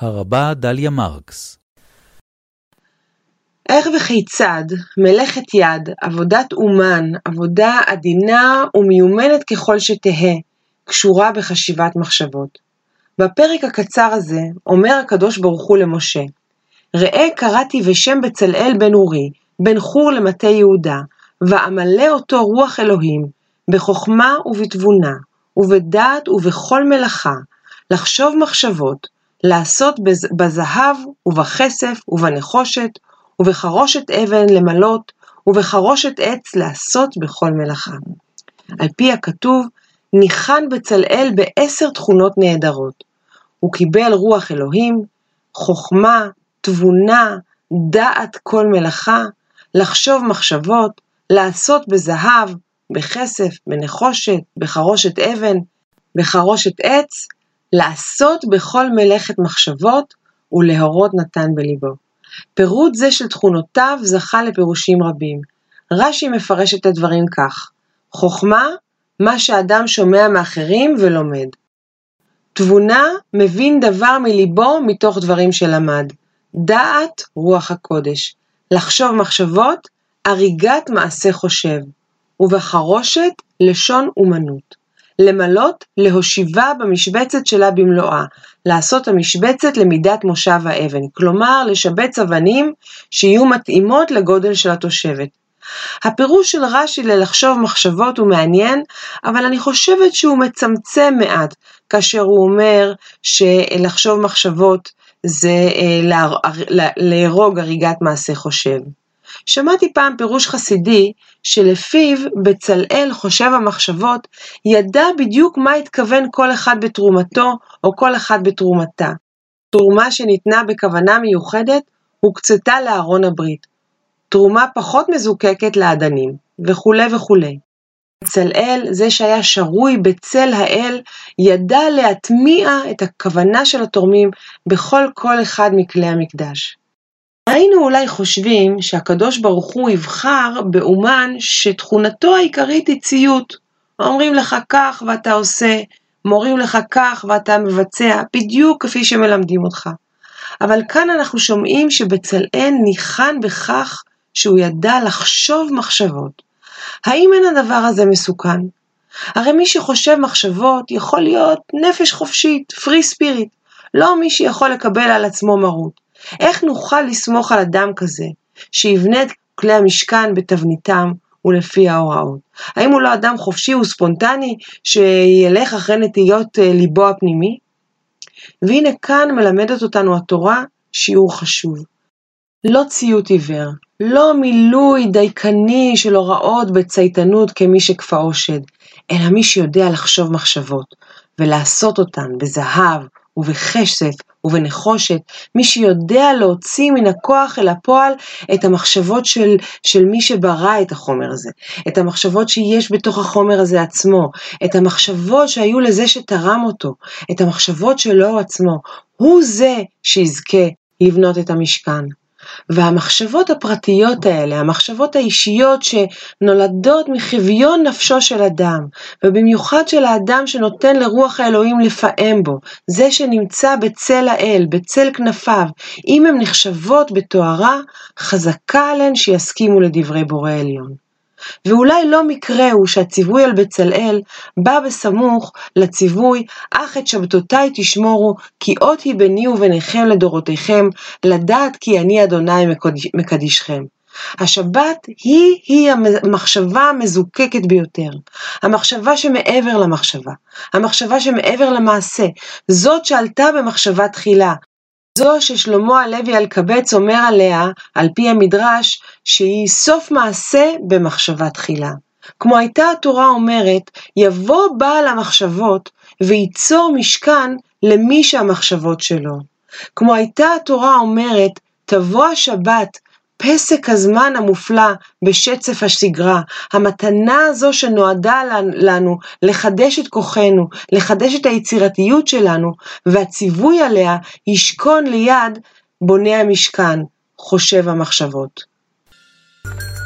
הרבה דליה מרקס. איך וכיצד מלאכת יד, עבודת אומן, עבודה עדינה ומיומנת ככל שתהה, קשורה בחשיבת מחשבות. בפרק הקצר הזה אומר הקדוש ברוך הוא למשה, ראה קראתי בשם בצלאל בן אורי, בן חור למטה יהודה, ואמלא אותו רוח אלוהים, בחוכמה ובתבונה, ובדעת ובכל מלאכה, לחשוב מחשבות, לעשות בזהב ובכסף ובנחושת, ובחרושת אבן למלות, ובחרושת עץ לעשות בכל מלאכה. על פי הכתוב, ניחן בצלאל ב10 תכונות נהדרות. הוא קיבל רוח אלוהים, חוכמה, תבונה, דעת כל מלאכה, לחשוב מחשבות, לעשות בזהב, בכסף, בנחושת, בחרושת אבן, בחרושת עץ, לעשות בכל מלאכת מחשבות ולהורות נתן בליבו. פירוט זה של תכונותיו זכה לפירושים רבים. רש"י מפרש את הדברים כך: חוכמה, מה שאדם שומע מאחרים ולומד. תבונה, מבין דבר מליבו מתוך דברים שלמד. דעת, רוח הקודש. לחשוב מחשבות, הריגת מעשה חושב. ובחרושת, לשון אומנות. למלות, להושיבה במשבצת שלה במלואה, לעשות המשבצת למידת מושב האבן, כלומר לשבץ אבנים שיהיו מתאימות לגודל של התושבת. הפירוש של רש"י ללחשוב מחשבות הוא מעניין, אבל אני חושבת שהוא מצמצם מעט, כאשר הוא אומר שלחשוב מחשבות זה להרוג הריגת מעשה חושב. שמעתי פעם פירוש חסידי שלפיו בצלאל חושב המחשבות ידע בדיוק מה התכוון כל אחד בתרומתו או כל אחד בתרומתה. תרומה שניתנה בכוונה מיוחדת הוקצתה לארון הברית. תרומה פחות מזוקקת לעדנים וכו' וכו'. בצלאל, זה שהיה שרוי בצל האל, ידע להטמיע את הכוונה של התורמים בכל כל אחד מכלי המקדש. היינו אולי חושבים שהקדוש ברוך הוא יבחר באומן שתכונתו העיקרית היא ציות. אומרים לך כך ואתה עושה, מורים לך כך ואתה מבצע, בדיוק כפי שמלמדים אותך. אבל כאן אנחנו שומעים שבצלאל ניחן בכך שהוא ידע לחשוב מחשבות. האם אין הדבר הזה מסוכן? הרי מי שחושב מחשבות יכול להיות נפש חופשית, פרי ספיריט, לא מי שיכול לקבל על עצמו מרות. איך נוכל לסמוך על אדם כזה, שיבנה את כלי המשכן בתבניתם ולפי ההוראות? האם הוא לא אדם חופשי וספונטני, שילך אחרי נטיות ליבו הפנימי? והנה כאן מלמדת אותנו התורה שיעור חשוב. לא ציות עיוור, לא מילוי דייקני של הוראות בצייתנות כמי שכפאו שד, אלא מי שיודע לחשוב מחשבות, ולעשות אותן בזהב ובכסף ובנחושת, מי שיודע להוציא מן הכוח אל הפועל את המחשבות של מי שברא את החומר הזה, את המחשבות שיש בתוך החומר הזה עצמו, את המחשבות שהיו לזה שתרם אותו, את המחשבות שלו עצמו, הוא זה שיזכה לבנות את המשכן. והמחשבות הפרטיות האלה, המחשבות האישיות שנולדות מחוויון נפשו של אדם, ובמיוחד של האדם שנותן לרוח האלוהים לפעם בו, זה שנמצא בצל האל, בצל כנפיו, אם הן נחשבות בתוארה, חזקה עליהן שיסכימו לדברי בורא עליון. ואולי לא מקרה הוא שהציווי על בצלאל בא בסמוך לציווי אך את שבתותיי תשמורו, כי אות היא ביני וביניכם לדורותיכם, לדעת כי אני אדוני מקדישכם. השבת היא המחשבה המזוקקת ביותר, המחשבה שמעבר למחשבה, המחשבה שמעבר למעשה, זאת שעלתה במחשבה תחילה, זו ששלמה הלוי אלקבץ אומר עליה, על פי המדרש, שהיא סוף מעשה במחשבה תחילה. כמו הייתה התורה אומרת, יבוא בעל המחשבות וייצור משכן למי שהמחשבות שלו. כמו הייתה התורה אומרת, תבוא השבת, פסק הזמן המופלא בשצף השגרה, המתנה הזו שנועדה לנו לחדש את כוחנו, לחדש את היצירתיות שלנו, והציווי עליה ישכון ליד בונה המשכן, חושב המחשבות.